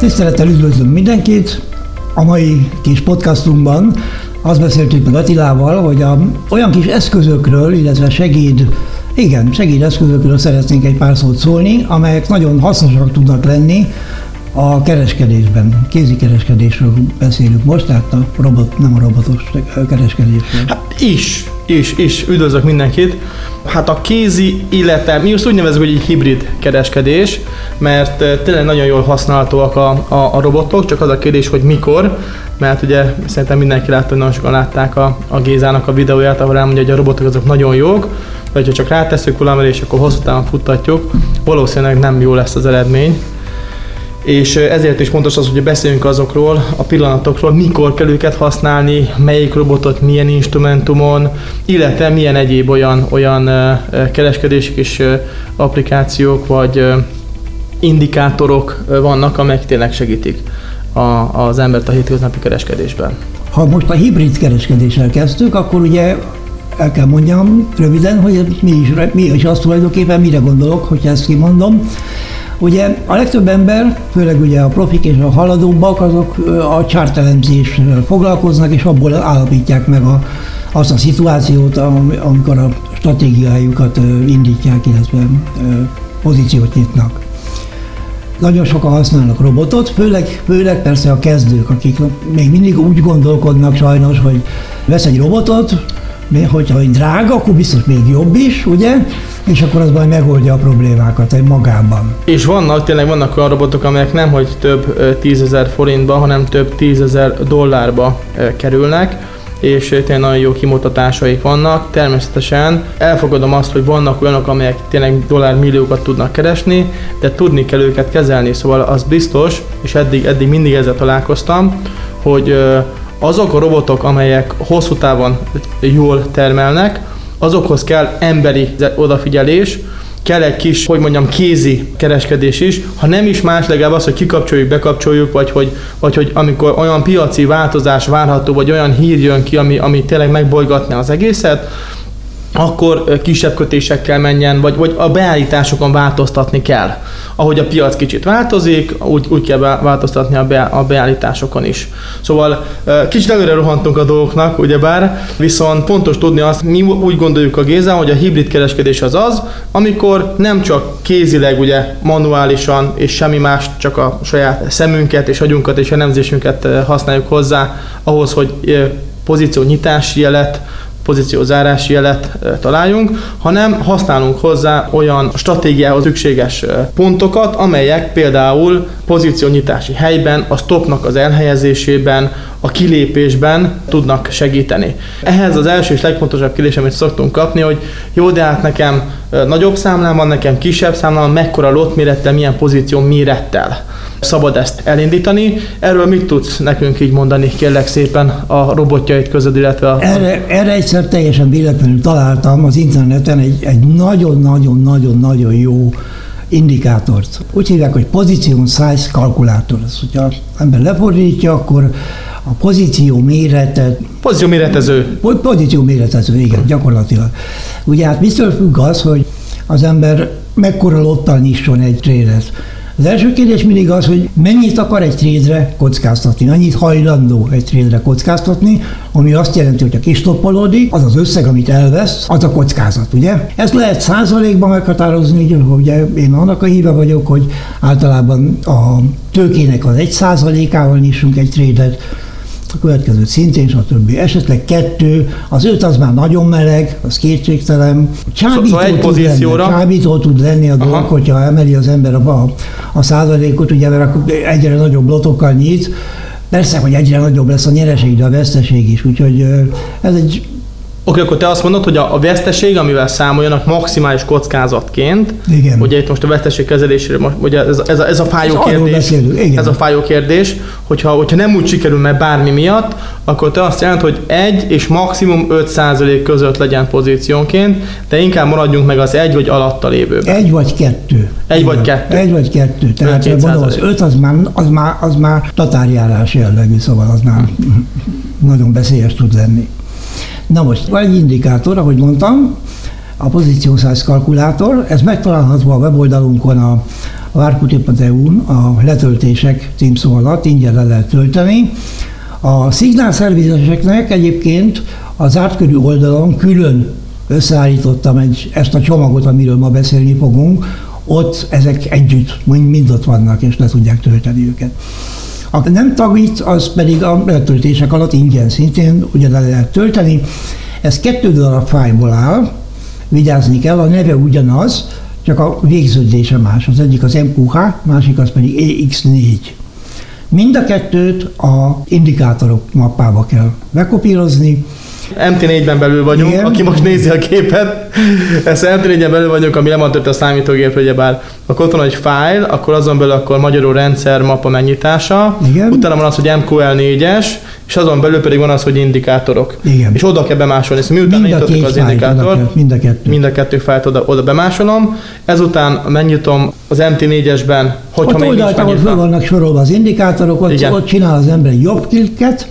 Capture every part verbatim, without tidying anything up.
Tisztelettel üdvözlünk mindenkit! A mai kis podcastunkban azt beszéltük meg Attilával, hogy a, olyan kis eszközökről, illetve segéd, igen, segédeszközökről szeretnénk egy pár szót szólni, amelyek nagyon hasznosak tudnak lenni a kereskedésben. Kézi kereskedésről beszélünk most, tehát a robot, nem a robotos kereskedésről. Hát is, is, is. Üdvözlök mindenkit. Hát a kézi, illetve mi azt úgy nevezzük, hogy egy hibrid kereskedés, mert tényleg nagyon jól használhatóak a, a, a robotok, csak az a kérdés, hogy mikor, mert ugye szerintem mindenki látta, hogy nagyon sokan látták a, a Gézának a videóját, ahol elmondja, hogy a robotok azok nagyon jók, vagy ha csak rátesszük valamire, és akkor hosszú távon futtatjuk, valószínűleg nem jó lesz az eredmény. És ezért is fontos az, hogy beszéljünk azokról, a pillanatokról, mikor kell őket használni, melyik robotot, milyen instrumentumon, illetve milyen egyéb olyan, olyan kereskedések és applikációk vagy indikátorok vannak, amelyek tényleg segítik a, az embert a hétköznapi kereskedésben. Ha most a hibrid kereskedéssel kezdtük, akkor ugye el kell mondjam röviden, hogy mi is, mi is azt tulajdonképpen mire gondolok, hogyha ezt kimondom. Ugye a legtöbb ember, főleg ugye a profik és a haladóbbak, azok a chartelemzéssel foglalkoznak, és abból állapítják meg a, azt a szituációt, amikor a stratégiájukat indítják, illetve pozíciót nyitnak. Nagyon sokan használnak robotot, főleg, főleg persze a kezdők, akik még mindig úgy gondolkodnak sajnos, hogy vesz egy robotot, hogyha egy drága, akkor biztos még jobb is, ugye? És akkor az majd megoldja a problémákat egy magában. És vannak, tényleg vannak olyan robotok, amelyek nem hogy több tízezer forintba, hanem több tízezer dollárba kerülnek, és tényleg nagyon jó kimutatásaik vannak. Természetesen elfogadom azt, hogy vannak olyanok, amelyek tényleg dollármilliókat tudnak keresni, de tudni kell őket kezelni, szóval az biztos, és eddig, eddig mindig ezzel találkoztam, hogy azok a robotok, amelyek hosszú távon jól termelnek, azokhoz kell emberi odafigyelés, kell egy kis, hogy mondjam, kézi kereskedés is, ha nem is más, legalább az, hogy kikapcsoljuk, bekapcsoljuk, vagy hogy, vagy hogy amikor olyan piaci változás várható, vagy olyan hír jön ki, ami, ami tényleg megbolygatná az egészet, akkor kisebb kötésekkel menjen, vagy, vagy a beállításokon változtatni kell. Ahogy a piac kicsit változik, úgy, úgy kell változtatni a, be, a beállításokon is. Szóval kicsit előre rohantunk a dolgoknak, ugyebár, viszont fontos tudni azt, mi úgy gondoljuk a Gézán, hogy a hibrid kereskedés az az, amikor nem csak kézileg, ugye manuálisan és semmi más, csak a saját szemünket és agyunkat és elemzésünket használjuk hozzá ahhoz, hogy pozíciónyitási jelet, pozíciózárási jelet találjunk, hanem használunk hozzá olyan stratégiához szükséges pontokat, amelyek például pozíciónyitási helyben, a stopnak az elhelyezésében, a kilépésben tudnak segíteni. Ehhez az első és legfontosabb kérdés, amit szoktunk kapni, hogy jó, de hát nekem nagyobb számlám van, nekem kisebb számlám, mekkora lottmérettel, milyen pozíció mérettel szabad ezt elindítani. Erről mit tudsz nekünk így mondani, kérlek szépen, a robotjait között, illetve a... Erre, erre egyszer teljesen véletlenül találtam az interneten egy, egy nagyon-nagyon-nagyon-nagyon jó indikátort. Úgy hívják, hogy Position Size Calculator. Ezt, hogyha ember lefordítja, akkor a pozíció méretet... Pozíció méretező. Pozíció méretező, igen, gyakorlatilag. Ugye hát mitől függ az, hogy az ember mekkora lottal nyisson egy trédet. Az első kérdés mindig az, hogy mennyit akar egy trade-re kockáztatni, mennyit hajlandó egy trade-re kockáztatni, ami azt jelenti, hogy ha kistoppolódik, az az összeg, amit elvesz, az a kockázat, ugye? Ezt lehet százalékban meghatározni, ugye én annak a híve vagyok, hogy általában a tőkének az egy százalékával nyissunk egy trade-et, a következőt szintén, stb. Esetleg kettő, az öt az már nagyon meleg, az kétségtelen. Csábító, szóval egy tud, lenni, csábító tud lenni a dolog, hogyha emeli az ember a, a százalékot, ugye, mert akkor egyre nagyobb lotokkal nyit. Persze, hogy egyre nagyobb lesz a nyereség, de a veszteség is, úgyhogy ez egy... Oké, okay, akkor te azt mondod, hogy a veszteség, amivel számoljanak maximális kockázatként, igen. Ugye itt most a veszteség kezelésére, ugye ez, ez, a, ez a fájó ez kérdés, ez a fájó kérdés, hogyha, hogyha nem úgy sikerül meg bármi miatt, akkor te azt jelent, hogy egy és maximum öt százalék között legyen pozíciónként, de inkább maradjunk meg az egy vagy alatta lévőben. Egy vagy kettő. Egy igen. vagy kettő. Egy vagy kettő. Tehát mondom, az öt az már, az már, az már tatárjárás jellegű, szóval az már hmm. nagyon veszélyes tud lenni. Na most, van egy indikátor, ahogy mondtam, a Position Size kalkulátor. Ez megtalálható a weboldalunkon, a várkuti pont e u-n, a letöltések címszó alatt ingyen le lehet tölteni. A szignálszervizeseknek egyébként az átkörű oldalon külön összeállítottam egy, ezt a csomagot, amiről ma beszélni fogunk, ott ezek együtt mind ott vannak, és le tudják tölteni őket. A nem tagít, az pedig a letöltések alatt ingyen szintén ugye le lehet tölteni. Ez kettő darab fájlból áll, vigyázni kell, a neve ugyanaz, csak a végződése más. Az egyik az em kú há, másik az pedig é iksz négy. Mind a kettőt a indikátorok mappába kell bekopírozni. em té négyben belül vagyunk, igen. Aki most nézi a képet, ezt em té négyen belül vagyunk, ami le van tört a számítógépre, ugyebár akkor ott van egy fájl, akkor azon belül akkor magyarul rendszer mappa megnyitása, igen. Utána van az, hogy em kú el négyes, és azon belül pedig van az, hogy indikátorok. Igen. És oda kell bemásolni, szóval miután megnyitottuk az indikátort, mind a kettő, mind a kettő fájlt oda, oda bemásolom, ezután megnyitom az em té négyesben, hogyha ott még nincs megnyitva. Ott vannak sorolva az indikátorok, ott, ott csinál az ember jobb klikket,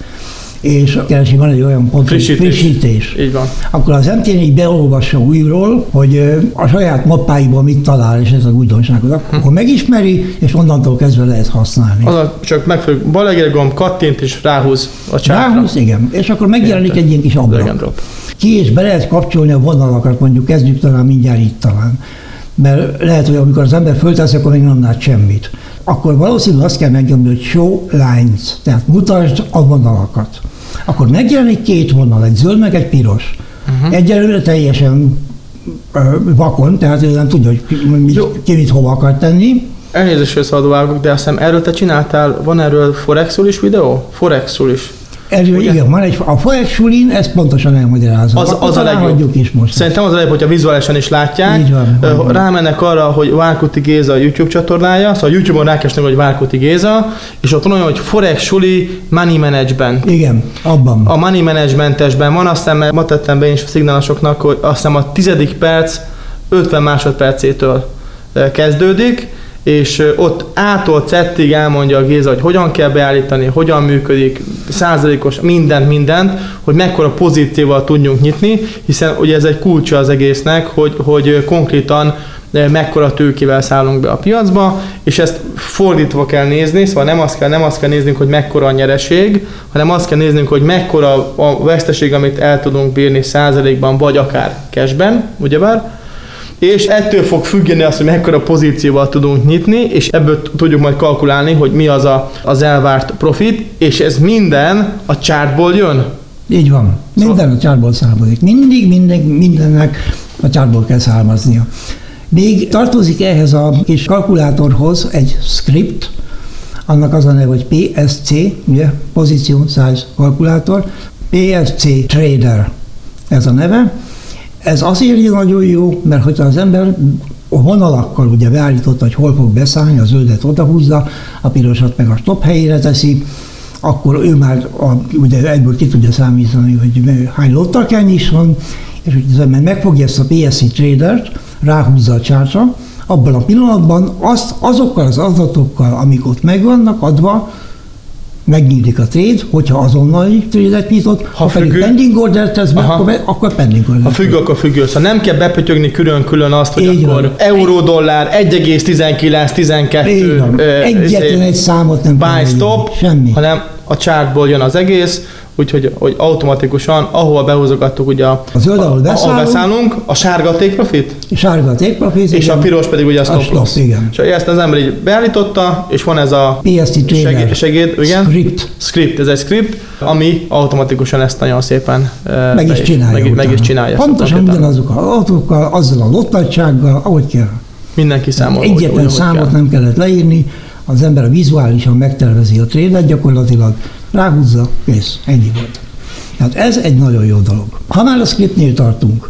és keresi, van egy olyan pont, frissítés. frissítés. Így van. Akkor az em té négy beolvassa újról, hogy a saját mappáiban mit talál, és ez az újdonságot. Akkor hm. megismeri, és onnantól kezdve lehet használni. Az a, csak megfelelő bal gomb, kattint, és ráhúz a csátra. Ráhúz, igen. És akkor megjelenik egy ilyen kis ablak. Ki és be lehet kapcsolni a vonalakat, mondjuk kezdjük talán mindjárt itt talán. Mert lehet, hogy amikor az ember fölteszi, akkor még nem lát semmit. Akkor valószínűleg azt kell megnyomni, hogy show lines, tehát mutasd a vonalakat. Akkor megjelenik két vonal, egy zöld, meg egy piros. Uh-huh. Egyelőre teljesen uh, vakon, tehát ő nem tudja, hogy mit, ki mit hova akar tenni. Elnézést, hogy szabadvágok, de azt hiszem erről te csináltál, van erről Forexul is videó? Forexul is. Erről igen, van egy, a Forexulin, ezt pontosan elmagyarázom. Az, az a legjobb. Is most. Szerintem az a legjobb, hogyha vizuálisan is látják. Így van, van, rámennek arra, hogy Várkuti Géza a YouTube csatornája, szóval YouTube-on rákeresnek, hogy Várkuti Géza, és ott van olyan, hogy Forexuli Money Management. Igen, abban. A Money Managementesben van, aztán mert ma tettem be én is a szignálosoknak, hogy azt hiszem a tizedik perc ötven másodpercétől kezdődik, és ott A-tól Z-ig elmondja a Géza, hogy hogyan kell beállítani, hogyan működik, százalékos, mindent, mindent, hogy mekkora pozícióval tudjunk nyitni, hiszen ugye ez egy kulcsa az egésznek, hogy, hogy konkrétan mekkora tőkével szállunk be a piacba, és ezt fordítva kell nézni, szóval nem azt kell, nem azt kell néznünk, hogy mekkora a nyereség, hanem azt kell néznünk, hogy mekkora a veszteség, amit el tudunk bírni százalékban, vagy akár cashben, ugyebár, és ettől fog függeni az, hogy mekkora pozícióval tudunk nyitni, és ebből tudjuk majd kalkulálni, hogy mi az a, az elvárt profit, és ez minden a chartból jön. Így van. Minden szóval a chartból származik. Mindig, minden, mindennek a chartból kell származnia. Még tartozik ehhez a kis kalkulátorhoz egy script, annak az a neve, hogy pé es cé, ugye, Position Size kalkulátor, pé es cé Trader ez a neve. Ez azért nagyon jó, mert hogyha az ember a vonalakkal ugye beállította, hogy hol fog beszállni, a zöldet odahúzza, a pirosat meg a stop helyére teszi, akkor ő már a, ugye egyből ki tudja számítani, hogy hány lottal kell nyisson, és hogy az ember megfogja ezt a pé es cé Tradert, ráhúzza a chartra, abban a pillanatban azt, azokkal az adatokkal, amik ott megvannak adva, megnyílik a trade, hogyha azonnali trade-et nyitott, ha, ha pedig pending order tesz be, akkor, akkor pending order. Ha függő, akkor függő. Szóval nem kell bepötyögni külön-külön azt, hogy így akkor euró-dollár egy egész tizenkilenc tizenkettő egyetlen egy számot nem buy stop, semmi, hanem a chartból jön az egész, úgyhogy hogy automatikusan, ahova behúzogattuk ugye a, a zöld, ahol beszállunk, a, beszállunk, a sárga a take profit, a sárga a take profit, és igen, a piros pedig ugye a stop, a stop loss. Igen. És ezt az ember így beállította, és van ez a pé es cé segéd, segéd igen, script. script, ez egy script, ami automatikusan ezt nagyon szépen meg is csinálja. Meg, meg is csinálja. Pontosan ugyanazokkal a adatokkal, azzal a lottnagysággal, ahogy kell. Mindenki számol. Egyetlen úgy, számot kell. Nem kellett leírni, az ember vizuálisan megtervezi a trade-et, gyakorlatilag ráhúzza, kész, ennyi volt. Hát ez egy nagyon jó dolog. Ha már a scriptnél tartunk,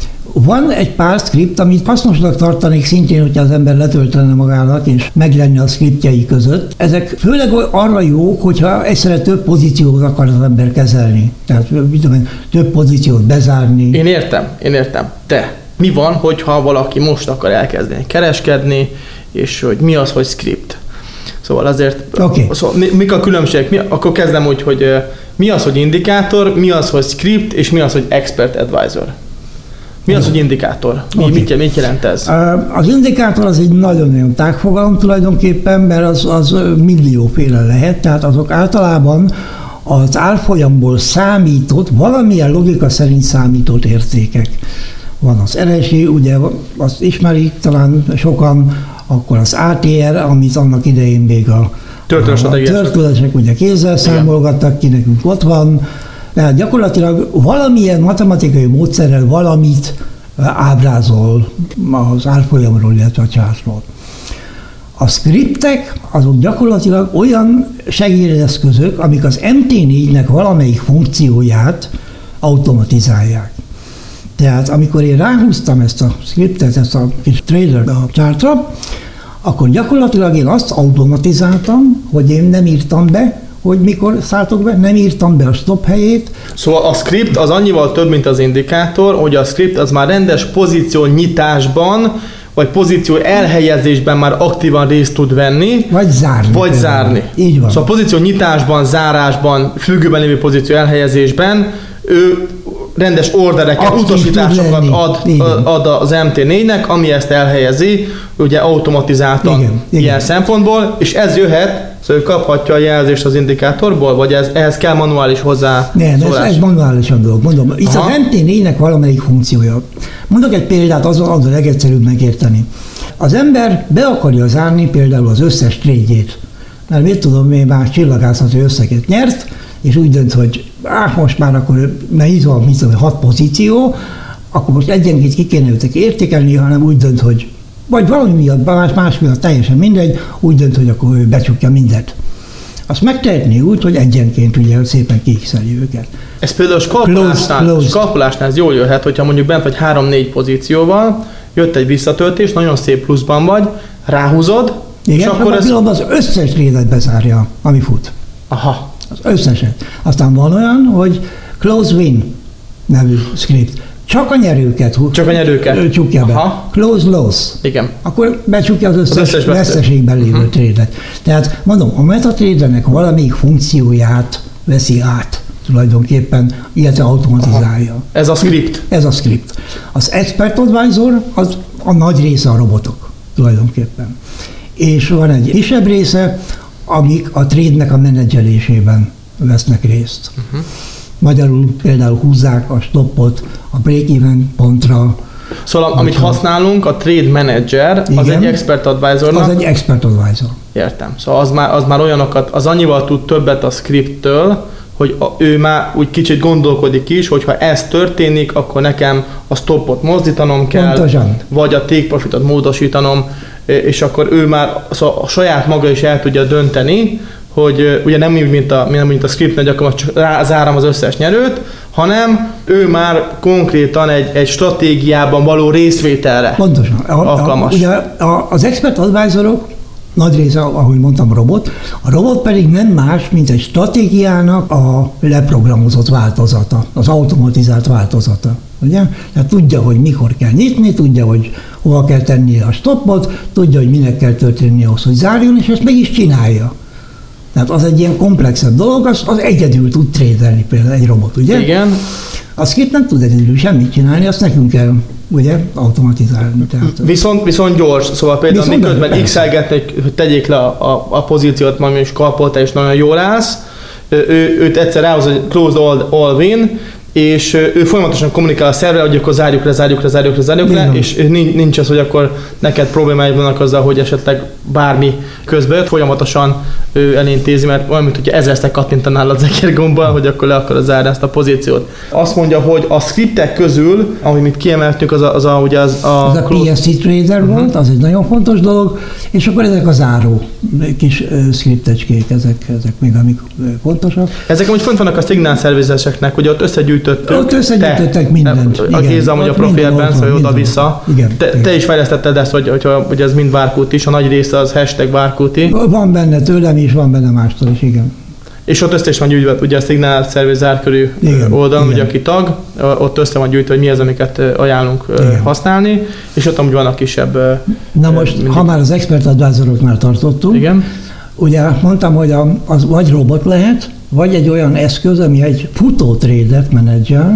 van egy pár script, amit hasznosnak tartanék szintén, hogyha az ember letöltene magának, és meglenne a scriptjei között. Ezek főleg arra jók, hogyha egyszerre több pozíciót akar az ember kezelni. Tehát tudom, több pozíciót bezárni. Én értem, én értem. De mi van, hogyha valaki most akar elkezdeni kereskedni, és hogy mi az, hogy script? Szóval azért, okay. Szóval mik a különbségek? Mi, akkor kezdem úgy, hogy mi az, hogy indikátor, mi az, hogy script, és mi az, hogy expert advisor. Mi az, hogy indikátor? Mi, okay. mit, mit jelent ez? Az indikátor az egy nagyon-nagyon tág fogalom tulajdonképpen, mert az, az millióféle lehet, tehát azok általában az árfolyamból számított, valamilyen logika szerint számított értékek. Van az er es i, ugye azt ismerik talán sokan, akkor az á té er, amit annak idején még a történetesek ugye kézzel számolgattak ki, nekünk ott van. Tehát gyakorlatilag valamilyen matematikai módszerrel valamit ábrázol az árfolyamról, illetve a csártról. A scriptek azok gyakorlatilag olyan segédeszközök, amik az em té négynek valamelyik funkcióját automatizálják. Tehát amikor én ráhúztam ezt a scriptet, ezt a kis trader a chartra, akkor gyakorlatilag én azt automatizáltam, hogy én nem írtam be, hogy mikor szálltok be, nem írtam be a stop helyét. Szóval a script az annyival több, mint az indikátor, hogy a script az már rendes pozíció nyitásban, vagy pozíció elhelyezésben már aktívan részt tud venni. Vagy zárni. Vagy például. zárni. Így van. Szóval a pozíció nyitásban, zárásban, függőben lévő pozíció elhelyezésben ő rendes ordereket, aktív utasításokat ad, ad az em té négynek, ami ezt elhelyezi, ugye automatizáltan igen, ilyen igen. szempontból, és ez jöhet, szóval ő kaphatja a jelzést az indikátorból, vagy ez, ehhez kell manuális hozzá Nem, ez, ez manuálisan dolog. Mondom, itt Aha. az em té négynek valamelyik funkciója. Mondok egy példát, az, az a legegyszerűbb megérteni. Az ember be akarja zárni például az összes trade-jét, mert mit tudom, én már csillagászati összeget nyert, és úgy dönt, hogy áh, most már akkor, mert itt van, mit tudom, hat pozíció, akkor most egyenként ki kéne őket értékelni, hanem úgy dönt, hogy vagy valami miatt, más, más miatt, teljesen mindegy, úgy dönt, hogy akkor ő becsukja mindent. Azt megtehetné úgy, hogy egyenként ugye szépen kiixeli őket. Ez például a skalpolásnál, skalpolásnál ez jól jöhet, hogyha mondjuk bent vagy három-négy pozícióval, jött egy visszatöltés, nagyon szép pluszban vagy, ráhúzod, igen, és akkor ez... az összes trédet bezárja, ami fut. Aha. Az összeset. Aztán van olyan, hogy close win nevű script. Csak a nyerőket, Csak a nyerőket. csukja be. Aha. Close loss. Igen. Akkor becsukja az összes, az összes veszteségben lévő uh-huh. trédet. Tehát mondom, a metatradernek valamelyik funkcióját veszi át tulajdonképpen, illetve automatizálja. Aha. Ez a script. Ez a script. Az expert advisor az a nagy része a robotok tulajdonképpen. És van egy kisebb része, amik a trade-nek a menedzselésében vesznek részt. Uh-huh. Magyarul például húzzák a stoppot a break-even pontra. Szóval amit használunk, a Trade Manager, igen, az egy Expert Advisornak? Az egy Expert Advisor. Értem. Szóval az már, az már olyanokat, az annyival tud többet a scripttől, hogy a, ő már úgy kicsit gondolkodik is, hogy ha ez történik, akkor nekem a stoppot mozdítanom kell, pontosan, vagy a take profitot módosítanom, és akkor ő már szóval a saját maga is el tudja dönteni, hogy ugye nem úgy, mint a, mint a scriptnél, hogy akkor most csak rázárom az összes nyerőt, hanem ő már konkrétan egy, egy stratégiában való részvételre pontosan. A, alkalmas. A, ugye a, az expert advisorok nagy része, ahogy mondtam, robot. A robot pedig nem más, mint egy stratégiának a leprogramozott változata, az automatizált változata. Ugye? Tehát tudja, hogy mikor kell nyitni, tudja, hogy hova kell tenni a stoppot, tudja, hogy minek kell történni ahhoz, hogy zárjon, és ezt meg is csinálja. Tehát az egy ilyen komplexebb dolog, az, az egyedül tud trédelni például egy robot, ugye? Igen. A script nem tud egyedül semmit csinálni, azt nekünk kell, ugye, automatizálni. Tehát. Viszont, viszont gyors, szóval például miközben x-elgetnek, hogy tegyék le a, a, a pozíciót, majd is kalpolta, és nagyon jól állsz, ő, őt egyszer rához, hogy closed all, all win, és ő folyamatosan kommunikál a szervvel, hogy akkor zárjuk le, zárjuk le, zárjuk le, zárjuk le, és nincs az, hogy akkor neked problémáid vannak azzal, hogy esetleg bármi közben jött, folyamatosan ő elintézi, mert olyan, mint hogyha ezerszor kattintanál az ekérgombbal, hogy akkor le akarod zárni ezt a pozíciót. Azt mondja, hogy a scriptek közül, amit mit kiemeltünk, az a, az a, ugye az a... Az a pé es cé Trader uh-huh. volt, az egy nagyon fontos dolog, és akkor ezek a záró kis scriptecskék, ezek, ezek még amik fontosak. Ezek amúgy font vannak a szignál szervizeseknek, hogy ott összegyűjtöttük. Ott összegyűjtöttek te, mindent. A Géza mondja a profilben, szóval oda-vissza. Igen, te, igen. te is fejlesztetted ezt, hogy, hogy, hogy ez mind Várkút is, a nagy része az hashtag Várkúti. Van benne tőlem is, van benne mástól is, igen. És ott össze is van gyűjtve, ugye a Signal Service zárkörű oldalon, ugye aki tag, ott össze van gyűjtve, hogy mi az, amiket ajánlunk igen. használni, és ott amúgy vannak kisebb... Na most, mindig. Ha már az expert advisoroknál tartottunk, igen. ugye mondtam, hogy az vagy robot lehet, vagy egy olyan eszköz, ami egy futó trédet menedzsel,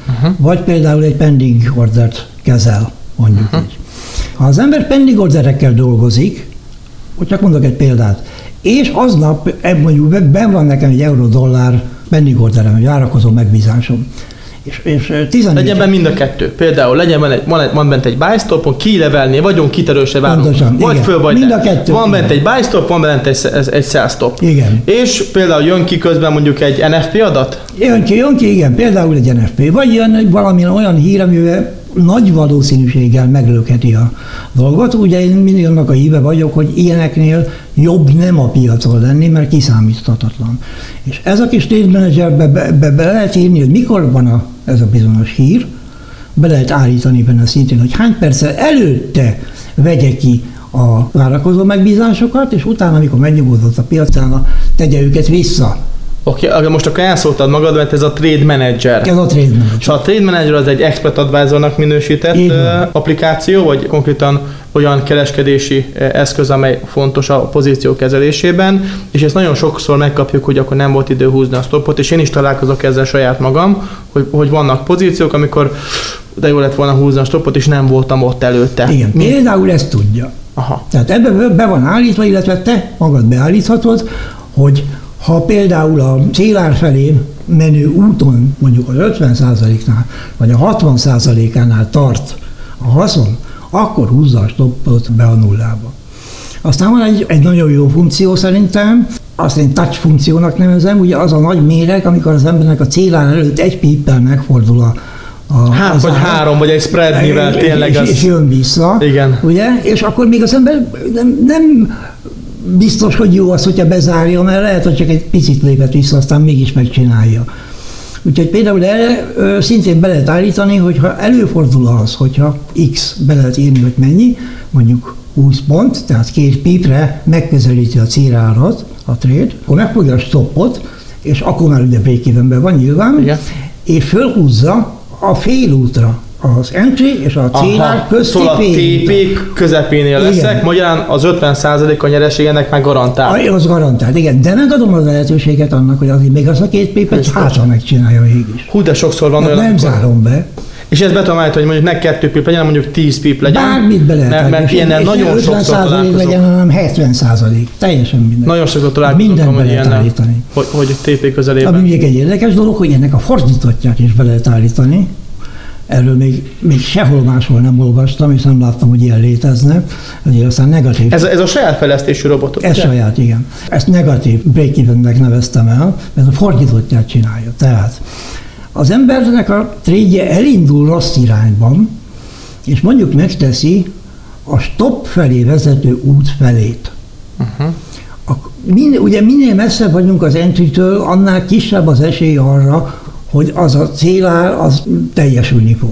uh-huh. vagy például egy pending ordert kezel, mondjuk uh-huh. így. Ha az ember pending orderekkel dolgozik, hogy csak mondok egy példát, és aznap mondjuk benn van nekem egy euró-dollár pending orderem, egy várakozó megbízásom, és, és tizennégy... Legyen benne mind a kettő. Például legyen benne, van, egy, van bent egy buy stopon, kilevelnél vagyunk, kiterőse várunk. Pontosan, vagy igen. föl, vagy mind ne. a kettő. Van igen. bent egy buy stop, van bent egy, egy sell stop. Igen. És például jön ki közben mondjuk egy en ef pé adat? Jön ki, jön ki, igen, például egy en ef pé, vagy jön valamilyen olyan hír, amivel nagy valószínűséggel meglökheti a dolgot. Ugye én mindig annak a híve vagyok, hogy ilyeneknél jobb nem a piacon lenni, mert kiszámíthatatlan. És ez a kis tétmenedzserbe be, be, be lehet írni, hogy mikor van a, ez a bizonyos hír, be lehet állítani benne szintén, hogy hány perccel előtte vegye ki a várakozó megbízásokat, és utána, amikor megnyugodott a piacán, tegye őket vissza. Oké, okay, most akkor elszóltad magad, mert ez a Trade Manager. Ez a Trade Manager. És a Trade Manager az egy Expert Advisornak minősített applikáció, vagy konkrétan olyan kereskedési eszköz, amely fontos a pozíció kezelésében, és ezt nagyon sokszor megkapjuk, hogy akkor nem volt idő húzni a stopot, és én is találkozok ezzel saját magam, hogy, hogy vannak pozíciók, amikor de jó lett volna húzni a stopot, és nem voltam ott előtte. Igen, Mi? például ezt tudja. Aha. Tehát ebbe be van állítva, illetve te magad beállíthatod, hogy ha például a célár felé menő úton mondjuk az ötven százaléknál, vagy a hatvan százalékánál tart a haszon, akkor húzza a stoppot be a nullába. Aztán van egy, egy nagyon jó funkció szerintem, azt én touch funkciónak nevezem, ugye az a nagy méreg, amikor az embernek a célár előtt egy pippel megfordul a A, hát, vagy három, vagy egy spreadnivel tényleg és, az... És jön vissza, igen. ugye? És akkor még az ember nem, nem biztos, hogy jó az, hogyha bezárja, mert lehet, hogy csak egy picit lépett vissza, aztán mégis megcsinálja. Úgyhogy például erre ö, szintén be lehet állítani, hogyha előfordul az, hogyha X be lehet írni, hogy mennyi, mondjuk húsz pont, tehát két pipre megközelíti a célárat, a trade, akkor megfogja a stoppot, és akkor már ugye break-evenben van nyilván, igen. És fölhúzza a félútra az entry és a célár közti szóval a té pé közepénél leszek, igen. Magyarán az ötven százalék a nyereségenek meg garantált. Az garantált, igen, de megadom a lehetőséget annak, hogy azért még az a két pépet hátra megcsinálja mégis. Hú, de sokszor van olyan. Nem akkor... zárom be. És ez be tudom állítani, hogy mondjuk ne kettő pip legyen, mondjuk tíz pip legyen. Bármit be lehet. Mert, mert ilyennel nagyon sokszor találkozok. Legyen, hanem hetven százalék. Teljesen minden. Nagyon sokszor találkozok, hogy ilyennel, hogy, hogy té pé közelében. Ami még egy érdekes dolog, hogy ennek a fordítottját is be lehet állítani. Erről még, még sehol máshol nem olvastam, és nem láttam, hogy ilyen létezne. Ezért aztán negatív. Ez, ez a saját fejlesztésű robotot? Ez ugye? Saját, igen. Ezt negatív break-evennek neveztem el, mert a fordítottját csinálja. Tehát az embernek a trade-je elindul rossz irányban, és mondjuk megteszi a stop felé vezető út felét. Uh-huh. A, min, ugye minél messzebb vagyunk az entry-től, annál kisebb az esély arra, hogy az a célár, az teljesülni fog.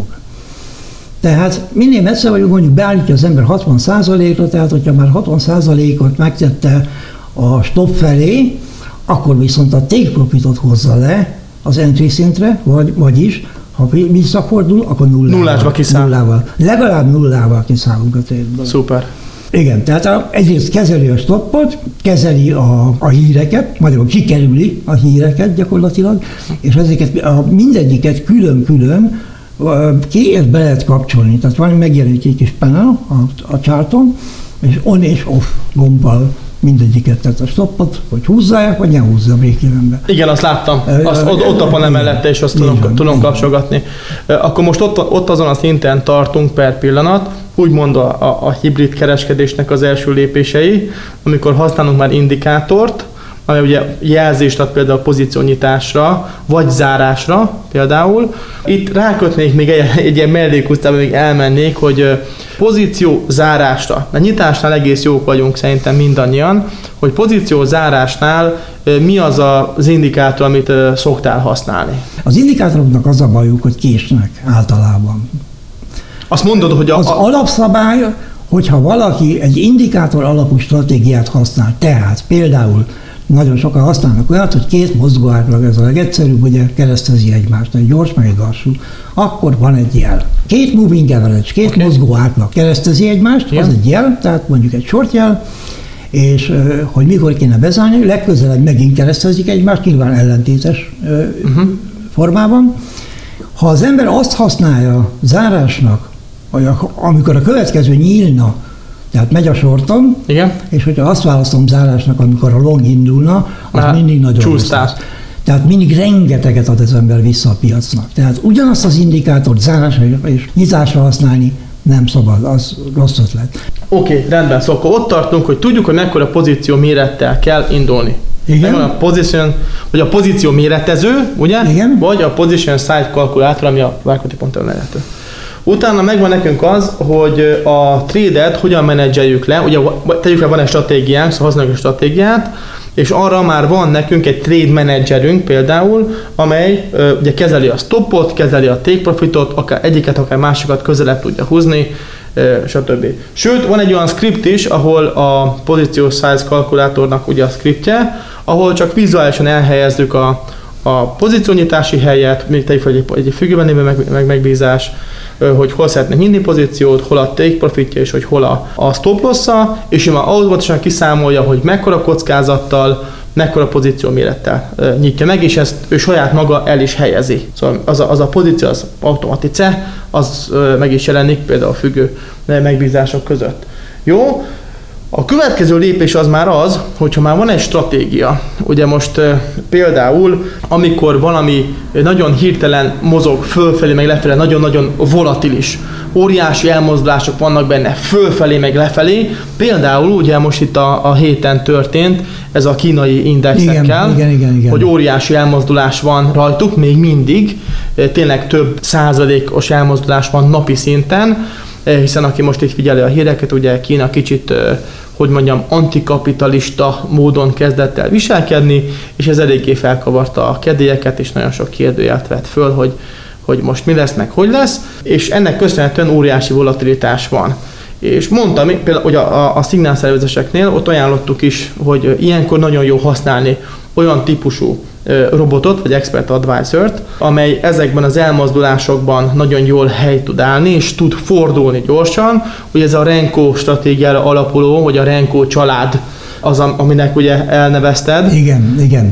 Tehát minél messzebb vagyunk, mondjuk beállítja az ember hatvan százalékra, tehát hogyha már hatvan százalékot megtette a stop felé, akkor viszont a take profitot hozza le az entry szintre, vagy, vagyis, ha visszafordul, akkor nullával. Nullásba kiszáll. Nullával. Legalább nullával kiszállunk a trade-ből. Szuper. Igen, tehát a, egyrészt kezeli a stoppot, kezeli a, a híreket, magyarul kikerüli a híreket gyakorlatilag, és ezeket a, mindegyiket külön-külön ki és be lehet kapcsolni. Tehát van megjelenik egy kis panel a, a charton, és on és off gombbal mindegyiket, tehát a stoppot, hogy húzzák, vagy ne húzza a break-evenbe. Igen, azt láttam. Azt, ott, ott a panel mellette, és azt tudom, tudom kapcsolgatni. Akkor most ott, ott azon a szinten tartunk per pillanat, úgymond a, a, a hibrid kereskedésnek az első lépései, amikor használunk már indikátort, ami ugye jelzést ad például a pozíciónyitásra, vagy zárásra például. Itt rákötnék még egy, egy ilyen mellékusztába, még elmennék, hogy pozíció zárásra. A nyitásnál egész jók vagyunk szerintem mindannyian, hogy pozíció zárásnál mi az az indikátor, amit szoktál használni? Az indikátoroknak az a bajuk, hogy késnek általában. Azt mondod, hogy a, az a... alapszabály, hogyha valaki egy indikátor alapú stratégiát használ, tehát például nagyon sokan használnak olyat, hogy két mozgó átlag, ez a legegyszerűbb, ugye keresztezi egymást, egy gyors, meg egy lassú, akkor van egy jel. Két moving average, két okay. mozgó átlag keresztezi egymást, yeah. az egy jel, tehát mondjuk egy short jel, és hogy mikor kéne bezárni, legközelebb megint keresztezik egymást, nyilván ellentétes uh-huh. formában. Ha az ember azt használja zárásnak, amikor a következő nyílna, tehát megy a sorton, igen. És hogyha azt választom zárásnak, amikor a long indulna, az már mindig nagyon csúsztál. Tehát mindig rengeteget ad az ember vissza a piacnak. Tehát ugyanazt az indikátort zárásra és nyitásra használni nem szabad, az rossz ötlet. Oké, okay, rendben. Szóval akkor ott tartunk, hogy tudjuk, hogy mekkora pozíció mérettel kell indulni. Igen. A position, vagy a pozíció méretező, ugye? Igen. Vagy a position size kalkulátor, ami a Várkonti pont elérhető. Utána megvan nekünk az, hogy a trade-et hogyan menedzseljük le, ugye tegyük le, van egy stratégiánk, szóval használjuk a stratégiát, és arra már van nekünk egy trade managerünk például, amely ugye kezeli a stopot, kezeli a take profitot, akár egyiket, akár másikat közelebb tudja húzni, stb. Sőt, van egy olyan script is, ahol a position size kalkulátornak ugye a scriptje, ahol csak vizuálisan elhelyezzük a, a pozíciónyitási helyet, még tegyük fel egy, egy függőben lévő meg, meg, megbízás, hogy hol szeretne hinni pozíciót, hol a take profitja, és hogy hol a, a stop loss-a, és ő már automatikusan kiszámolja, hogy mekkora kockázattal, mekkora pozíció mérettel e, nyitja meg, és ezt ő saját maga el is helyezi. Szóval az a, az a pozíció, az automatice, az e, meg is jelenik például a függő megbízások között. Jó? A következő lépés az már az, hogyha már van egy stratégia, ugye most e, például, amikor valami nagyon hirtelen mozog fölfelé, meg lefelé, nagyon-nagyon volatilis, óriási elmozdulások vannak benne fölfelé, meg lefelé, például ugye most itt a, a héten történt ez a kínai indexekkel, igen, igen, igen, igen. hogy óriási elmozdulás van rajtuk, még mindig, tényleg több százalékos elmozdulás van napi szinten, hiszen aki most itt figyeli a híreket, ugye Kína kicsit, hogy mondjam, antikapitalista módon kezdett el viselkedni, és ez eléggé felkavarta a kedélyeket, és nagyon sok kérdőjelt vett föl, hogy, hogy most mi lesz, meg hogy lesz, és ennek köszönhetően óriási volatilitás van. És mondtam, például hogy a, a, a szignálszervezéseknél ott ajánlottuk is, hogy ilyenkor nagyon jó használni olyan típusú robotot, vagy expert advisort, amely ezekben az elmozdulásokban nagyon jól hely tud állni, és tud fordulni gyorsan, hogy ez a Renko stratégiára alapuló, vagy a Renko család az, aminek ugye elnevezted. Igen, igen.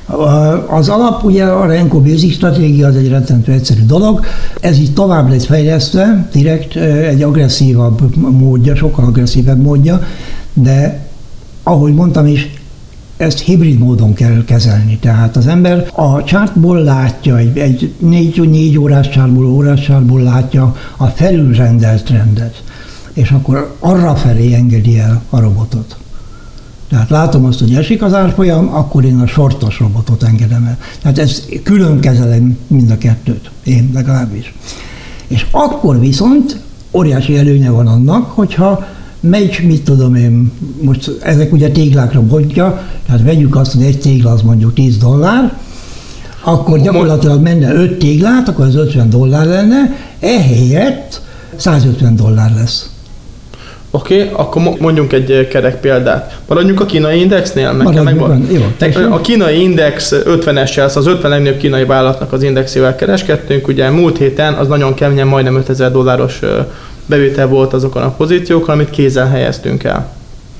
Az alap, ugye a Renko Basic stratégia az egy rettentő egyszerű dolog. Ez így tovább lett fejlesztve, direkt egy agresszívabb módja, sokkal agresszívebb módja, de ahogy mondtam is, ezt hibrid módon kell kezelni. Tehát az ember a chartból látja, egy, egy négy, négy órás chartból, órás chartból látja a felülrendelt trendet, és akkor arra felé engedi el a robotot. Tehát látom azt, hogy esik az árfolyam, akkor én a shortos robotot engedem el. Tehát ezt külön kezelem mind a kettőt, én legalábbis. És akkor viszont óriási előnye van annak, hogyha megy, mit tudom én, most ezek ugye téglákra bontja, tehát vegyük azt, hogy egy tégla az mondjuk tíz dollár, akkor gyakorlatilag menne öt téglát, akkor az ötven dollár lenne, ehelyett százötven dollár lesz. Oké, okay, akkor mondjunk egy kerek példát. Maradjunk a kínai indexnél? Meg kell megvan. Jó, a kínai index ötvenessel, az ötven legnagyobb kínai vállalatnak az indexével kereskedtünk, ugye múlt héten az nagyon keményen majdnem ötezer dolláros bevétel volt azokon a pozíciókon, amit kézzel helyeztünk el.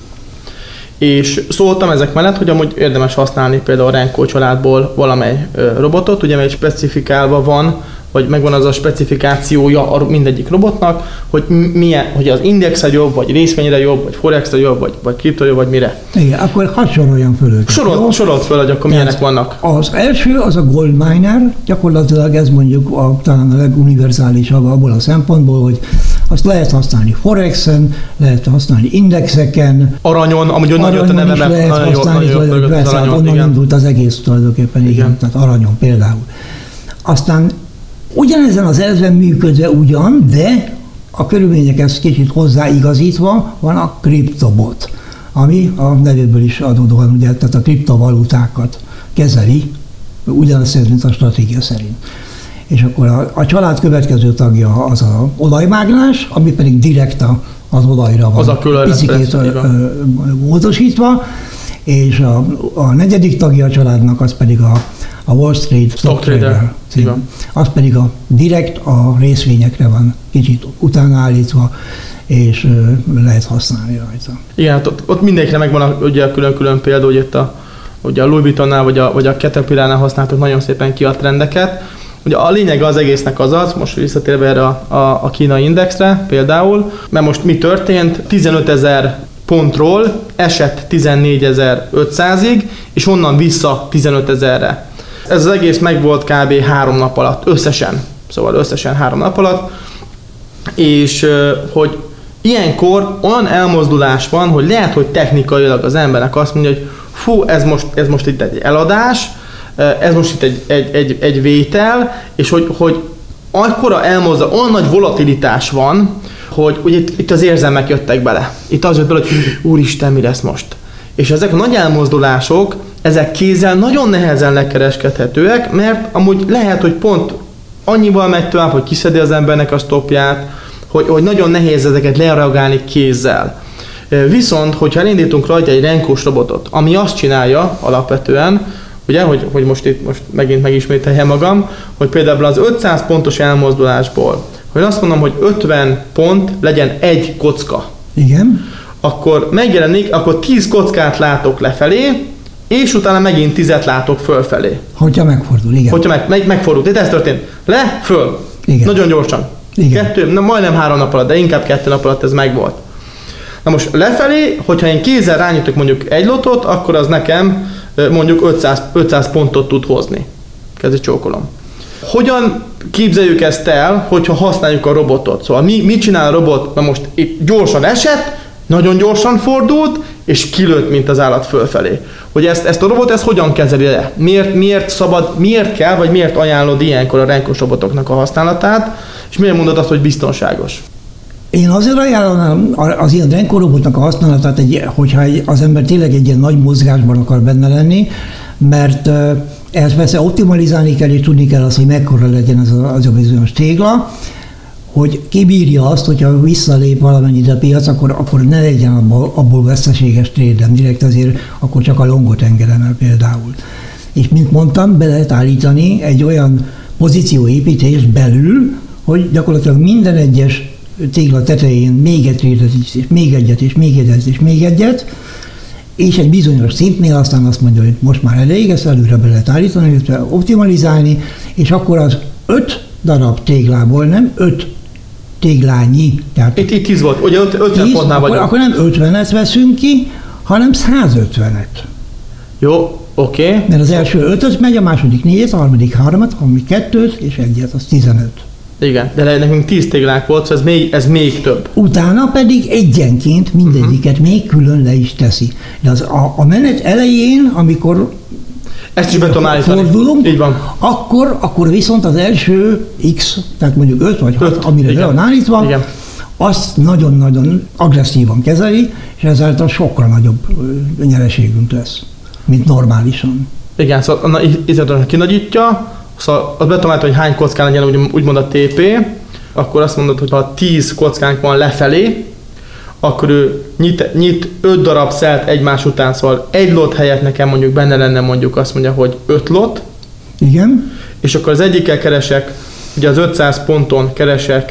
És szóltam ezek mellett, hogy amúgy érdemes használni például a Renko családból valamely robotot, ugye mely specifikálva van, vagy megvan az a specifikációja mindegyik robotnak, hogy milyen, hogy az indexre jobb, vagy részvényre jobb, vagy forexre jobb, vagy, vagy kriptóra jobb, vagy mire. Igen, akkor hadd soroljam föl őket. Sorolt, sorolt föl, hogy akkor milyenek vannak. Az első az a gold miner, gyakorlatilag ez mondjuk a, talán a leguniverzálisabb abból a szempontból, hogy azt lehet használni forexen, lehet használni indexeken. Aranyon, amúgy onnan jött a neve, mert lehet nagyon használni, jó, nagyon jó, persze, aranyon, onnan igen. indult az egész tulajdonképpen, igen. Igen, tehát aranyon például. Aztán ugyanezen az elven működve ugyan, de a körülményekhez kicsit hozzáigazítva van a kriptobot, ami a nevéből is adódóan, ugye, tehát a kriptovalutákat kezeli, ugyanazt, mint a stratégia szerint. És akkor a, a család következő tagja az a olajmágnás, ami pedig direkt a, az olajra van az a picikét módosítva, és a, a negyedik tagja a családnak az pedig a a Wall Street Stock Trader, az pedig a direkt a részvényekre van kicsit utána állítva, és ö, lehet használni rajta. Igen, hát ott, ott mindenkire megvan a, ugye a külön-külön példa, hogy itt a, ugye a Louis Vuittonnál vagy a, vagy a Caterpillarnál használtuk nagyon szépen ki a trendeket. Ugye a lényeg az egésznek az az, most visszatérve erre a, a, a kínai indexre például, mert most mi történt, tizenötezer pontról esett tizennégyezer-ötszázig, és onnan vissza tizenötezerre. Ez az egész meg volt kb. három nap alatt, összesen. Szóval összesen három nap alatt. És hogy ilyenkor olyan elmozdulás van, hogy lehet, hogy technikailag az embernek azt mondja, hogy fú, ez most, ez most itt egy eladás, ez most itt egy, egy, egy, egy vétel, és hogy, hogy akkora elmozdul, olyan nagy volatilitás van, hogy ugye itt, itt az érzelmek jöttek bele. Itt az jött bele, hogy úristen, mi lesz most? És ezek a nagy elmozdulások, ezek kézzel nagyon nehezen lekereskedhetőek, mert amúgy lehet, hogy pont annyival megy tovább, hogy kiszedi az embernek a stopját, hogy, hogy nagyon nehéz ezeket lereagálni kézzel. Viszont, hogyha elindítunk rajta egy renkós robotot, ami azt csinálja alapvetően, ugye, hogy, hogy most itt most megint megismételjem magam, hogy például az ötszáz pontos elmozdulásból, hogy azt mondom, hogy ötven pont legyen egy kocka. Igen. Akkor megjelenik, akkor tíz kockát látok lefelé, és utána megint tízet látok fölfelé. Hogyha megfordul, igen. Hogyha meg, meg, megfordult. Itt ez történt. Le, föl. Igen. Nagyon gyorsan. Igen. Kettő, na, majdnem három nap alatt, de inkább kettő nap alatt ez megvolt. Na most lefelé, hogyha én kézzel rányítok mondjuk egy lotot, akkor az nekem mondjuk ötszáz, ötszáz pontot tud hozni. Kezdj csókolom. Hogyan képzeljük ezt el, hogyha használjuk a robotot? Szóval mi, mit csinál a robot? Na most itt gyorsan esett, nagyon gyorsan fordult, és kilőtt, mint az állat fölfelé. Hogy ezt, ezt a robot ezt hogyan kezeli le? Miért, miért szabad, miért kell, vagy miért ajánlod ilyenkor a renkós robotoknak a használatát, és miért mondod azt, hogy biztonságos? Én azért ajánlom az ilyen renkó robotnak a használatát, egy, hogyha az ember tényleg egy ilyen nagy mozgásban akar benne lenni, mert ehhez persze optimalizálni kell, és tudni kell azt, hogy mekkora legyen az a, az a bizonyos tégla, hogy kibírja azt, hogyha visszalép valamennyit a piac, akkor, akkor ne legyen abból, abból veszteséges trédem, direkt azért akkor csak a longot engedem el például. És mint mondtam, be lehet állítani egy olyan pozícióépítés belül, hogy gyakorlatilag minden egyes tégla tetején még egy trédet is, és még egyet, és még egyet, és még egyet, és egy bizonyos szintnél aztán azt mondja, hogy most már elég, ezt előre be lehet állítani, illetve optimalizálni, és akkor az öt darab téglából, nem öt téglányi. Tehát itt, itt tíz volt, ugye ötven pontnál vagyok. Akkor nem ötvenet veszünk ki, hanem százötvenet. Jó, oké. Okay. Mert az első ötöt megy, a második négyet, a harmadik hármat, a harmadik kettőt, és egyet, az tizenöt. Igen, de nekünk tíz téglánk volt, szóval ez még, ez még több. Utána pedig egyenként mindegyiket uh-huh. még külön le is teszi. De az a, a menet elején, amikor ezt is be tudom állítani. Fordulunk, így van. Akkor, akkor viszont az első X, tehát mondjuk öt vagy hat, amire le van állítva, igen. Azt nagyon-nagyon agresszívan kezeli, és ezáltal sokkal nagyobb nyereségünk lesz, mint normálisan. Igen, szóval izletlenül kinagyítja, szóval azt be tudom állítani, hogy hány kockán legyen úgy, úgymond a té pé, akkor azt mondod, hogy ha tíz kockánk van lefelé, akkor ő nyit, nyit öt darab szelt egymás után, szóval egy lot helyett nekem mondjuk benne lenne mondjuk azt mondja, hogy öt lot. Igen. És akkor az egyikkel keresek, ugye az ötszáz ponton keresek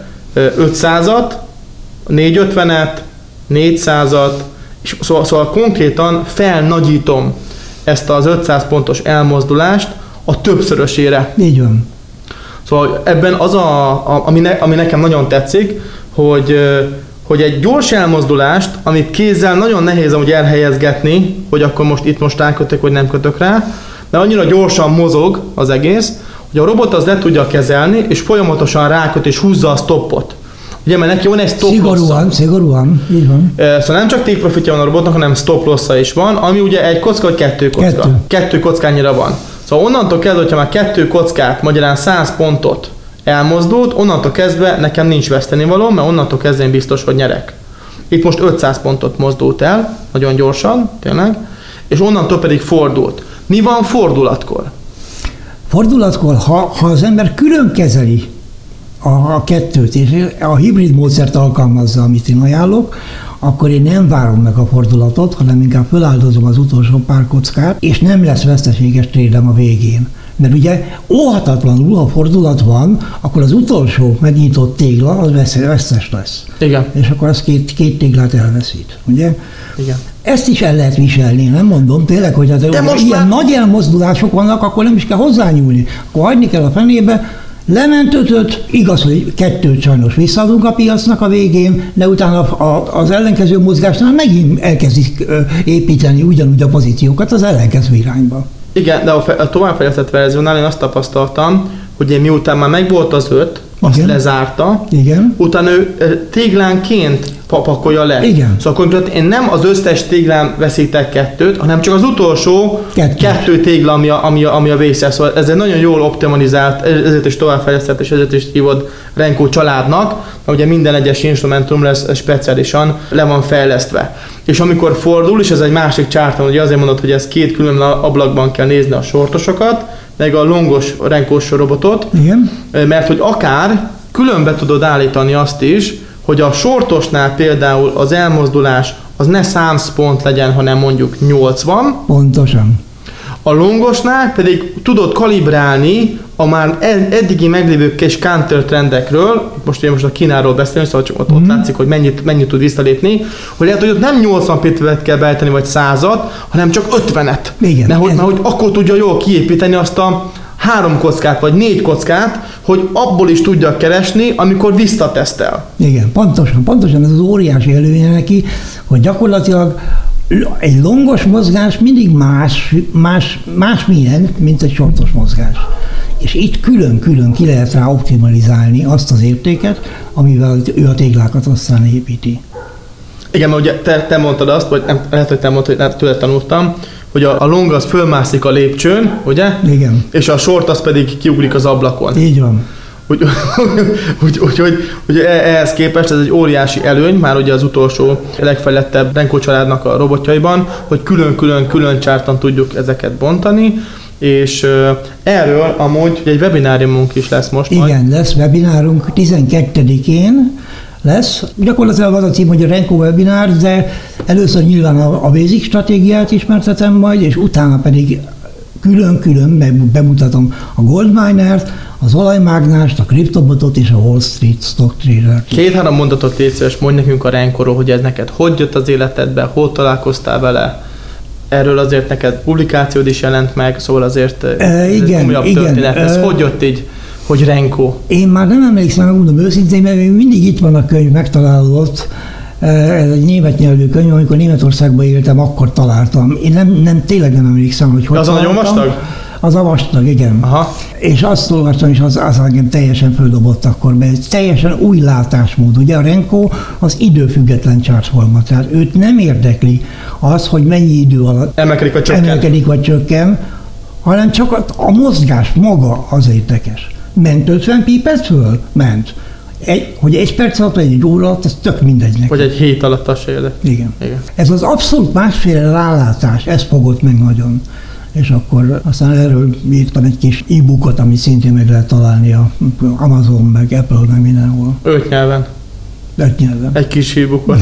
ötszázat, négyszázötvenet, négyszázat, és szóval, szóval konkrétan felnagyítom ezt az ötszáz pontos elmozdulást a többszörösére. Így van. Szóval ebben az, a, a, ami, ne, ami nekem nagyon tetszik, hogy hogy egy gyors elmozdulást, amit kézzel nagyon nehéz amúgy elhelyezgetni, hogy akkor most itt most rákötök, vagy nem kötök rá, de annyira gyorsan mozog az egész, hogy a robot az le tudja kezelni, és folyamatosan ráköt és húzza a stoppot. Ugye, mert neki van egy stop lossa. Szigorúan, szigorúan, így van. Szóval nem csak take profitja van a robotnak, hanem stop lossa is van, ami ugye egy kocka vagy kettő kocka. Kettő. Kettő kockányira van. Szóval onnantól kezdve, hogyha már kettő kockát, magyarán száz pontot elmozdult, onnantól kezdve nekem nincs vesztenivaló, mert onnantól kezdve én biztos, hogy nyerek. Itt most ötszáz pontot mozdult el, nagyon gyorsan, tényleg, és onnantól pedig fordult. Mi van fordulatkor? Fordulatkor, ha, ha az ember külön kezeli a, a kettőt, és a hibrid módszert alkalmazza, amit én ajánlok, akkor én nem várom meg a fordulatot, hanem inkább feláldozom az utolsó pár kockát, és nem lesz veszteséges trédem a végén. Mert ugye óhatatlanul, ha fordulat van, akkor az utolsó megnyitott tégla az vesztes lesz. Igen. És akkor az két, két téglát elveszít, ugye? Igen. Ezt is el lehet viselni, nem mondom tényleg, hogy hát ilyen már... nagy elmozdulások vannak, akkor nem is kell hozzányúlni. Akkor hagyni kell a fenébe, lement ötöt, igaz, hogy kettőt sajnos visszaadunk a piacnak a végén, de utána az ellenkező mozgásnál megint elkezdik építeni ugyanúgy a pozíciókat az ellenkező irányba. Igen, de a továbbfejlesztett verziónál én azt tapasztaltam, hogy én miután már megvolt az öt, azt igen. lezárta, igen. utána ő téglánként pakolja le. Igen. Szóval akkor én nem az összes téglán veszítek kettőt, hanem csak az utolsó Kettős. kettő tégla, ami a, ami a, ami a vészes. Szóval ez egy nagyon jól optimalizált, ezért is továbbfejlesztett, és ezért is hívod Renko családnak, mert ugye minden egyes instrumentum lesz speciálisan le van fejlesztve. És amikor fordul, és ez egy másik csárton, ugye azért mondod, hogy ez két külön ablakban kell nézni a sortosokat, meg a longos Renkós robotot, igen. mert hogy akár különbe tudod állítani azt is, hogy a sortosnál például az elmozdulás az ne száz pont legyen, hanem mondjuk nyolcvan. Pontosan. A longosnál pedig tudod kalibrálni a már eddigi meglévő kis counter trendekről, most ugye most a Kínáról beszélünk, szóval csak ott, mm. ott látszik, hogy mennyit, mennyit tud visszalépni, hogy lehet, hogy ott nem nyolcvan pixelt kell beállítani, vagy százat, hanem csak ötvenet. Igen. Mert hogy, mert hogy akkor tudja jól kiépíteni azt a három kockát, vagy négy kockát, hogy abból is tudja keresni, amikor visszatesztel. Igen, pontosan, pontosan ez az óriási előnye neki, hogy gyakorlatilag egy longos mozgás mindig más, más, más milyen, mint egy sortos mozgás. És itt külön-külön ki lehet rá optimalizálni azt az értéket, amivel ő a téglákat aztán építi. Igen, mert ugye te, te mondtad azt, vagy nem, lehet, hogy te mondtad, hogy tőle tanultam, hogy a, a long az fölmászik a lépcsőn, ugye? Igen. És a short az pedig kiugrik az ablakon. Így van. Úgyhogy úgy, úgy, úgy, úgy, ehhez képest ez egy óriási előny, már ugye az utolsó legfejlettebb Renko családnak a robotjaiban, hogy külön-külön-külön csártan tudjuk ezeket bontani, és erről amúgy egy webináriumunk is lesz most. Igen, majd. lesz webinárunk tizenkettedikén lesz. Gyakorlatilag az a cím, hogy a Renko webinár, de először nyilván a, a basic stratégiát ismertetem majd, és utána pedig külön-külön bemutatom a Goldminert, az olajmágnást, a kriptobotot és a Wall Street Stock Trader-t. Két-három mondatot légy szíves, mondj nekünk a Renkoról, hogy ez neked hogy jött az életedbe, hol találkoztál vele. Erről azért neked publikációd is jelent meg, szóval azért e, ez igen, egy komolyabb igen, történet. Ez e, hogy jött így, hogy Renko? Én már nem emlékszem, megmondom őszintén, mert még mindig itt van a könyv, megtalálott. Ez egy német nyelvű könyv, amikor Németországban éltem, akkor találtam. Én nem, nem tényleg nem emlékszem, hogy hogy az találtam. Az a nagyon vastag? Az a vastag, igen. Aha. És azt olvastam, és az, az engem teljesen földobott akkor be. Ez teljesen új látásmód. Ugye a Renko az időfüggetlen chartforma, tehát őt nem érdekli az, hogy mennyi idő alatt emelkedik vagy csökken, emelkedik, vagy csökken, hanem csak a, a mozgás maga az érdekes. Ment ötven pipet föl? Ment. Egy, hogy egy perc alatt, vagy egy óra alatt, ez tök mindegy neki. Vagy egy hét alatt, az se érdek. Igen. Igen. Ez az abszolút másféle rálátás, ez fogott meg nagyon. És akkor aztán erről írtam egy kis e-bookot, amit szintén meg lehet találni a Amazon, meg Apple, meg mindenhol. Öt nyelven. Öt nyelven. Egy kis e-bookot.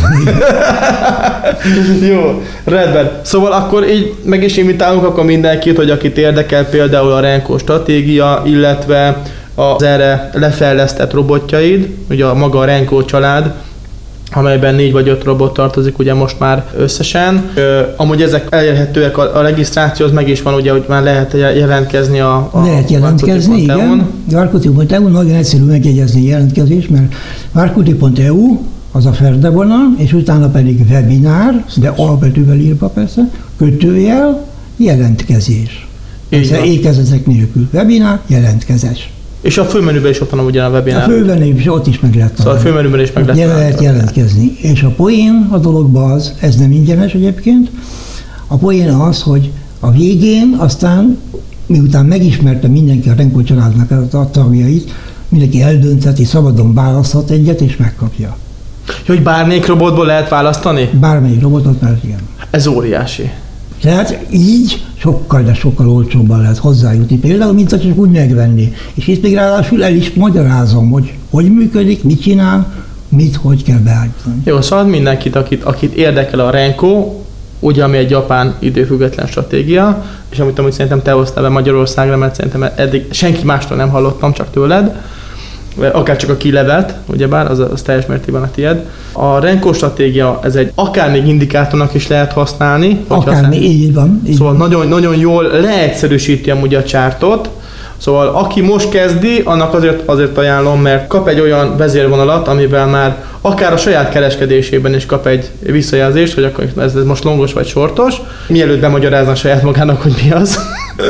Jó, rendben. Szóval akkor így meg is invitálunk akkor mindenkit, hogy akit érdekel például a Renko stratégia, illetve az erre lefejlesztett robotjaid, ugye a maga a Renko család, amelyben négy vagy öt robot tartozik ugye most már összesen. Ö, amúgy ezek elérhetőek, a, a regisztrációhoz meg is van, ugye, hogy már lehet jelentkezni a, a Lehet jelentkezni, igen. Varkuti pont e u, nagyon egyszerű megjegyezni jelentkezés, mert Varkuti pont e u az a ferdevonal, és utána pedig webinár, de alapvetővel írva persze, kötőjel, jelentkezés. Ez ékezetek nélkül. Webinár, jelentkezés. És a főmenüben is ott van ugyan a webinár. A főmenüben is ott is meg lehet találni. Szóval a főmenüben is meg lehet, lehet jelentkezni. És a poén a dologban az, ez nem ingyenes egyébként, a poén az, hogy a végén aztán, miután megismerte mindenki a Renko családnak a tagjait, mindenki eldöntheti, szabadon választhat egyet és megkapja. Hogy bármelyik robotból lehet választani? Bármelyik robotot, mert igen. Ez óriási. Tehát így sokkal, de sokkal olcsóbban lehet hozzájutni, például, mint csak úgy megvenni. És itt még ráadásul el is magyarázom, hogy hogy működik, mit csinál, mit, hogy kell beállítani. Jó, szóval mindenkit, akit, akit érdekel a Renko, ugye ami egy japán időfüggetlen stratégia, és amit amúgy szerintem te hoztál be Magyarországra, mert szerintem eddig senki mástól nem hallottam, csak tőled, akár csak a kilevelt, ugyebár, az, az teljes mértékben a tied. A Renko stratégia, ez egy akár még indikátornak is lehet használni. Akár még, így van. Így szóval van. Nagyon, nagyon jól leegyszerűsíti amúgy a csártot. Szóval aki most kezdi, annak azért, azért ajánlom, mert kap egy olyan vezérvonalat, amivel már akár a saját kereskedésében is kap egy visszajelzést, hogy akkor ez most longos vagy shortos, mielőtt bemagyarázna saját magának, hogy mi az.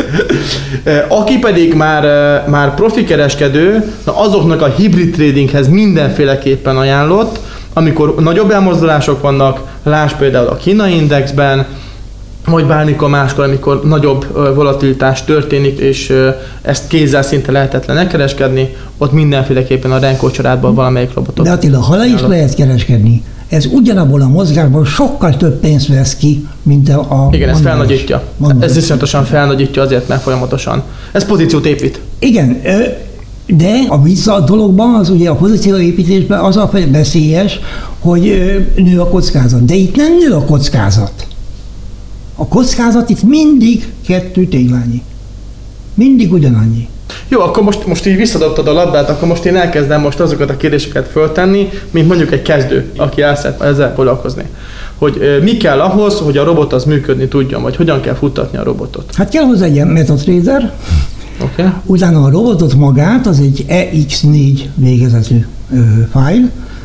Aki pedig már, már profi kereskedő, na azoknak a hibrid tradinghez mindenféleképpen ajánlott, amikor nagyobb elmozdulások vannak, lásd például a kínai indexben, vagy bármikor máskor, amikor nagyobb volatilitás történik, és ezt kézzel szinte lehetetlen elkereskedni, ott mindenféleképpen a Renko családban valamelyik robotot. De Attila, ha le is lehet kereskedni, ez ugyanabból a mozgásból sokkal több pénzt vesz ki, mint a... a Igen, ez felnagyítja. Mondanos. Ez viszonyatosan felnagyítja azért, mert folyamatosan. Ez pozíciót épít. Igen, de a vissza a dologban, az ugye a pozícióépítésben az a veszélyes, hogy nő a kockázat. De itt nem nő a kockázat. A kockázat itt mindig kettő téglányi. Mindig ugyanannyi. Jó, akkor most, most így visszadobtad a labdát, akkor most én elkezdem most azokat a kérdéseket föltenni, mint mondjuk egy kezdő, aki el szeret ezzel foglalkozni. Hogy e, mi kell ahhoz, hogy a robot az működni tudjon, vagy hogyan kell futtatni a robotot? Hát kell hozzá egy ilyen MetaTrader, okay. Utána a robotot magát, az egy E X négy végezetű ö, fájl,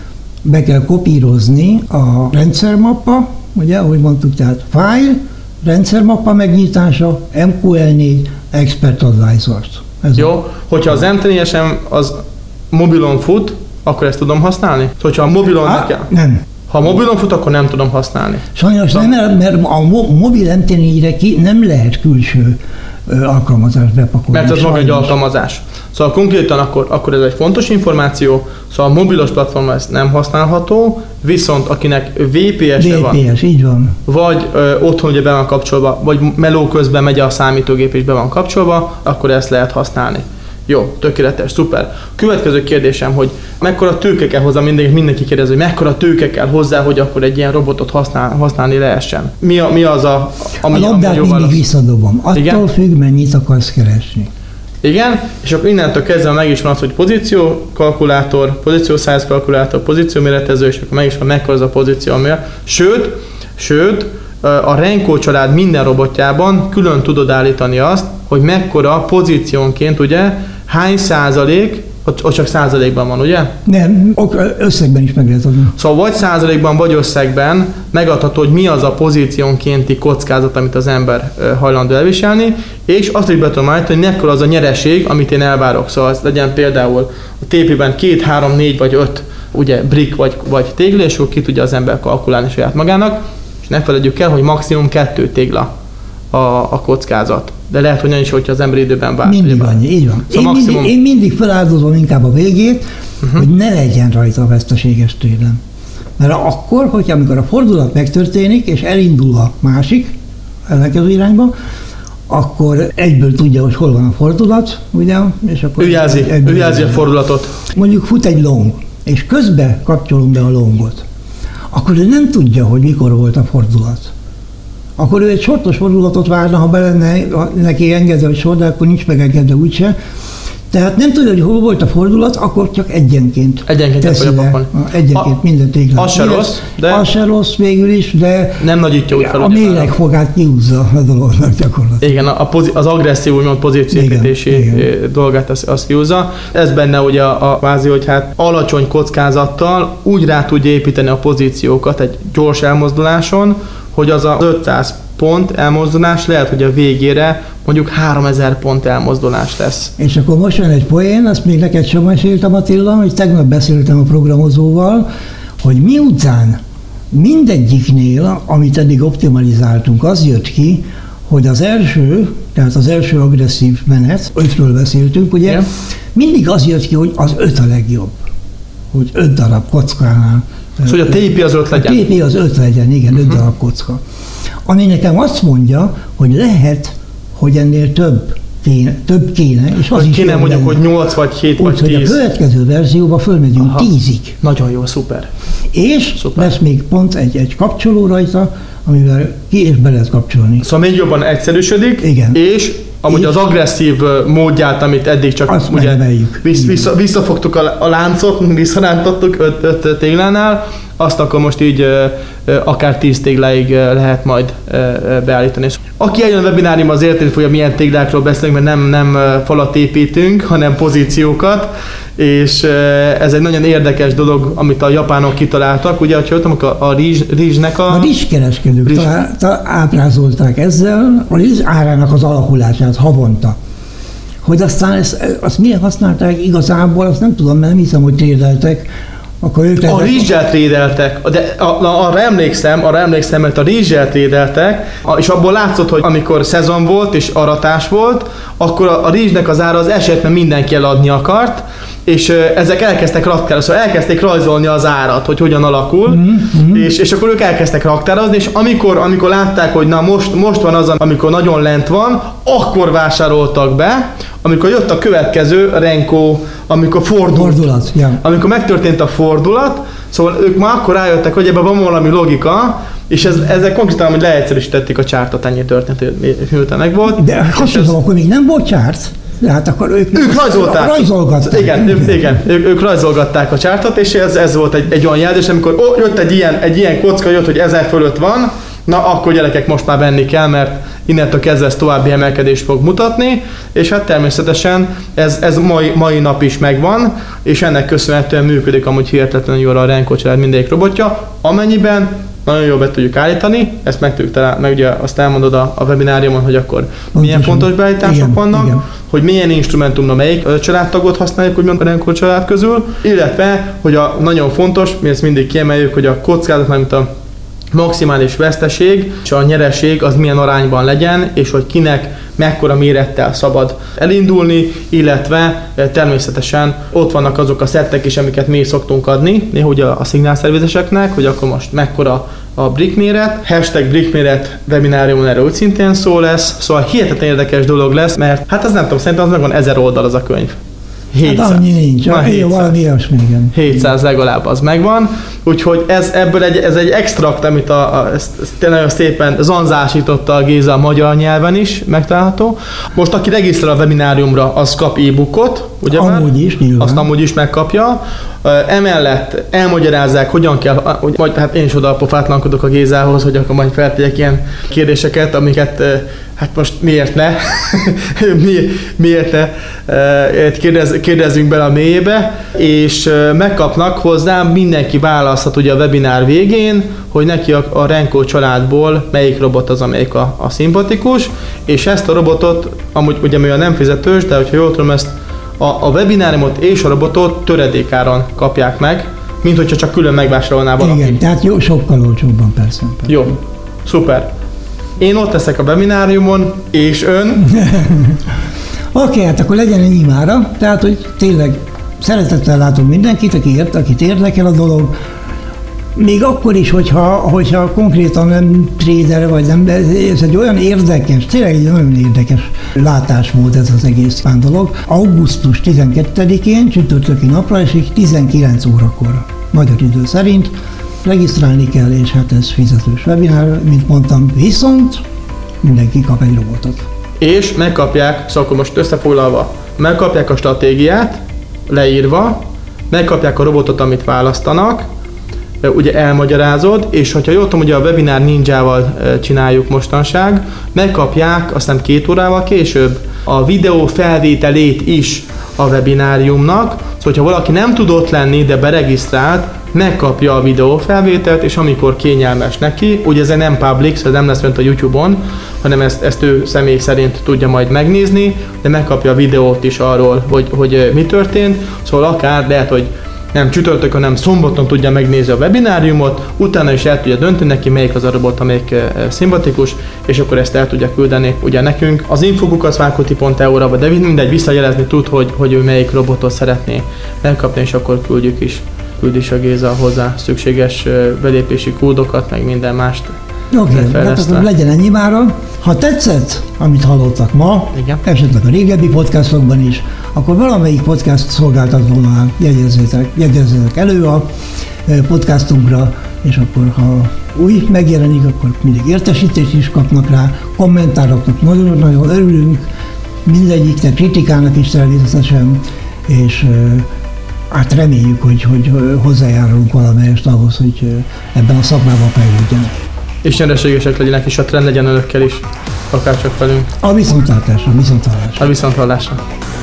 be kell kopírozni a rendszermappa, ugye, ahogy mondtuk, tehát fájl, rendszermappa megnyitása, M Q L négy, Expert Advisors. Ez Jó, a... hogyha az M T S M az mobilon fut, akkor ezt tudom használni? Szóval, hogyha a mobilon Há, nekem... Nem. Ha mobilon fut, akkor nem tudom használni. Sajnos nem, mert a mobil M T négyre ki nem lehet külső alkalmazást bepakolni. Mert ez maga egy alkalmazás. Szóval konkrétan akkor, akkor ez egy fontos információ, szóval a mobilos platform ez nem használható, viszont akinek vé pé es-e van, vé pé es, így van. vagy ö, otthon ugye be van kapcsolva, vagy meló közben megy a számítógép és be van kapcsolva, akkor ezt lehet használni. Jó, tökéletes, szuper. Következő kérdésem, hogy mekkora tőke kell hozzá, mindenki, mindenki kérdez, hogy mekkora tőke kell hozzá, hogy akkor egy ilyen robotot használ, használni lehessen. Mi, a, mi az a... Ami, a labdát mindig válasz? Visszadobom. Attól Igen? függ, mennyit akarsz keresni. Igen, és akkor innentől kezdve meg is van az, hogy pozíciókalkulátor, pozíciószáz kalkulátor, pozícióméretező, és akkor meg is van mekkora az a pozíció, ami... Sőt, sőt, a Renko család minden robotjában külön tudod állítani azt, hogy mekkora pozíciónként, ugye, hány százalék, ott csak százalékban van, ugye? Nem, összegben is meg lehet adni. Szóval vagy százalékban, vagy összegben megadható, hogy mi az a pozíciónkénti kockázat, amit az ember hajlandó elviselni, és azt is be tudom állítani, hogy mekkora az a nyereség, amit én elvárok. Szóval ez legyen például a té pében két, három, négy vagy öt ugye, brick vagy, vagy tégla, és akkor ki tudja az ember kalkulálni saját magának. És ne felejtjük el, hogy maximum kettő tégla a, a kockázat. De lehet, hogy nem is, hogyha az ember időben vár. Mindig annyi, így van. Szóval én, maximum... mindig, én mindig feláldozom inkább a végét, uh-huh. hogy ne legyen rajta a veszteséges tréden. Mert akkor, hogyha amikor a fordulat megtörténik, és elindul a másik ellenkező irányba, akkor egyből tudja, hogy hol van a fordulat, ugye? És akkor ő jelzi, ő jelzi a fordulatot. Mondjuk fut egy long, és közben kapcsolunk be a longot. Akkor ő nem tudja, hogy mikor volt a fordulat. Akkor ő egy sortos fordulatot várna, ha be lenne neki engedve, hogy sor, de akkor nincs megengedve úgyse. Tehát nem tudja, hogy hol volt a fordulat, akkor csak egyenként Egyenként teszi le. Egyenként minden téglát. Az se rossz, de... Az se rossz végül is, de... Nem nagyítja úgy fel. A méregfogát kiúzza a dolognak gyakorlatilag. Igen, a pozi- az agresszív, úgymond pozícióépítési dolgát azt, azt kiúzza. Ez benne ugye a, a vázi, hogy hát alacsony kockázattal úgy rá tudja építeni a pozíciókat egy gyors elmozduláson, hogy az a ötszáz pont elmozdulás lehet, hogy a végére mondjuk háromezer pont elmozdulás lesz. És akkor most jön egy poén, azt még neked sem meséltem, Attila, hogy tegnap beszéltem a programozóval, hogy miután mindegyiknél, amit eddig optimalizáltunk, az jött ki, hogy az első, tehát az első agresszív menet, ötről beszéltünk, ugye, yeah. mindig az jött ki, hogy az öt a legjobb. Hogy öt darab kockánál. Szóval a té pé az öt legyen. A té pé az öt legyen, igen, uh-huh. öt darab kocka. Ami nekem azt mondja, hogy lehet, hogy ennél több kéne, több kéne, és az hogy is kéne mondjuk, lenne. hogy nyolc vagy hét vagy tíz. Úgy, hogy a következő verzióba fölmegyünk tízig. Nagyon jó, szuper. És szuper. lesz még pont egy, egy kapcsoló rajta, amivel ki és be lehet kapcsolni. Szóval még jobban egyszerűsödik, igen. És amúgy az agresszív módját, amit eddig csak azt ugye vissz, vissza, visszafogtuk a, a láncot, visszarántottuk öt, öt téglánál, azt akkor most így akár tíz tégláig lehet majd beállítani. Aki eljön a webinárium, az érteni fogja, milyen téglákról beszélünk, mert nem, nem falat építünk, hanem pozíciókat, és ez egy nagyon érdekes dolog, amit a japánok kitaláltak. Ugye, hogyha jöttem, a, a rizs, rizsnek a... A rizskereskedők rizs... talál, talál, ábrázolták ezzel a rizs árának az alakulását havonta. Hogy aztán ezt, azt milyen használták igazából, azt nem tudom, mert nem hiszem, hogy trédeltek. Akkor ők a rizssel trédeltek, de arra emlékszem, arra emlékszem, mert a rizssel trédeltek, és abból látszott, hogy amikor szezon volt és aratás volt, akkor a, a rizsnek az ára az esett, mert mindenki eladni akart, és ezek elkezdtek raktározni, szóval elkezdték rajzolni az árat, hogy hogyan alakul, mm-hmm. és, és akkor ők elkezdtek raktározni, és amikor, amikor látták, hogy na most, most van az, amikor nagyon lent van, akkor vásároltak be, amikor jött a következő Renko, amikor fordult, fordulat, ja. amikor megtörtént a fordulat, szóval ők már akkor rájöttek, hogy ebben van valami logika, és ez, ezzel konkrétan, hogy leegyszerűsítették a csártot, ennyi történt, miután meg volt. De azt ez... akkor még nem volt csárt? Hát akkor ők, ők rajzolták. rajzolgatták. Igen, ők, igen ők, ők rajzolgatták a csártot, és ez, ez volt egy, egy olyan jelzés, amikor ó, jött egy ilyen, egy ilyen kocka, jött, hogy ezer fölött van, na akkor gyerekek, most már venni kell, mert innentől kezdve ez további emelkedést fog mutatni, és hát természetesen ez, ez mai, mai nap is megvan, és ennek köszönhetően működik amúgy hihetetlenül jól a Renko család mindegyik robotja, amennyiben nagyon jól be tudjuk állítani, ezt meg tudjuk találni, meg ugye azt elmondod a, a webináriumon, hogy akkor Pontosan. milyen fontos beállítások igen, vannak, igen. hogy milyen instrumentumra melyik családtagot használjuk, úgymond a Renko család közül, illetve, hogy a nagyon fontos, mi ezt mindig kiemeljük, hogy a kockázat, mint a maximális veszteség és a nyereség az milyen arányban legyen, és hogy kinek mekkora mérettel szabad elindulni, illetve természetesen ott vannak azok a szettek is, amiket mi szoktunk adni, néha ugye a szignálszervizeseknek, hogy akkor most mekkora a brick méret, hashtag brick méret webináriumon erről úgy szintén szó lesz, szóval hihetetlen érdekes dolog lesz, mert hát az nem tudom, szerintem az meg van ezer oldal az a könyv. hétszáz. Hát annyi nincs, Na, hétszáz. Valami ilyesmi, igen. hétszáz legalább az megvan, úgyhogy ez, ebből egy, ez egy extrakt, amit a, a, ezt, ezt nagyon szépen zanzásította a Géza a magyar nyelven is, megtalálható. Most aki regisztrál a webináriumra, az kap e-bookot, ugye amúgy is, nyilván. Azt amúgy is megkapja. Emellett elmagyarázzák, hogyan kell, vagy hát én is oda pofátlankodok a Gézához, hogy akkor majd feltegyek ilyen kérdéseket, amiket hát most miért ne? Mi, miért ne? Kérdez, kérdezzünk bele a mélyébe, és megkapnak hozzá, mindenki választhat ugye a webinár végén, hogy neki a, a Renko családból melyik robot az, amelyik a, a szimpatikus, és ezt a robotot, amúgy ugye mivel nem fizetős, de hogyha jól tudom, ezt a, a webináriumot és a robotot töredékáron kapják meg, mint hogyha csak külön megvásárolná valaki. Igen, tehát jó, sokkal olcsóbban persze. persze. Jó, szuper. Én ott leszek a webináriumon, és ön? Oké, okay, hát akkor legyen ennyi mára. Tehát, hogy tényleg szeretettel látom mindenkit, aki ért, akit érdekel a dolog. Még akkor is, hogyha, hogyha konkrétan nem trader vagy nem, ez egy olyan érdekes, tényleg egy nagyon érdekes látásmód ez az egész pán dolog. augusztus tizenkettedikén, csütörtöki napra esik tizenkilenc órakor magyar idő szerint. Regisztrálni kell, és hát ez fizetős webinár, mint mondtam, viszont mindenki kap egy robotot. És megkapják, szóval akkor most összefoglalva, megkapják a stratégiát, leírva, megkapják a robotot, amit választanak, ugye elmagyarázod, és hogyha jól tudom, ugye a webinár ninjával csináljuk mostanság, megkapják aztán két órával később a videó felvételét is a webináriumnak, szóval hogyha valaki nem tud ott lenni, de beregisztrált, megkapja a videófelvételt, és amikor kényelmes neki, ugye ez nem public, szóval nem lesz fent a YouTube-on, hanem ezt, ezt ő személy szerint tudja majd megnézni, de megkapja a videót is arról, hogy, hogy mi történt, szóval akár lehet, hogy nem csütörtökön, hanem szombaton tudja megnézni a webináriumot, utána is el tudja dönteni neki, melyik az a robot, amelyik szimpatikus, és akkor ezt el tudja küldeni ugye nekünk. Az infokukat vákoti pont e u-ra, de mindegy visszajelezni tud, hogy, hogy ő melyik robotot szeretné megkapni, és akkor küldjük is. Küld is a Géza hozzá szükséges belépési kódokat, meg minden mást. Oké, okay, hát akkor legyen ennyi mára. Ha tetszett, amit hallottak ma, igen, esetleg a régebbi podcastokban is, akkor valamelyik podcast szolgáltatónál jegyezzétek, jegyezzétek elő a podcastunkra, és akkor ha új megjelenik, akkor mindig értesítést is kapnak rá, kommentároknak nagyon-nagyon örülünk, mindegyiknek, kritikának is természetesen, és hát reméljük, hogy, hogy hozzájárulunk valamelyest ahhoz, hogy ebben a szakmában fejlődjenek. És nyereségesek legyenek, és a trend legyen önökkel is, akárcsak velünk. A viszontlátásra, viszonthallásra. A viszonthallásra.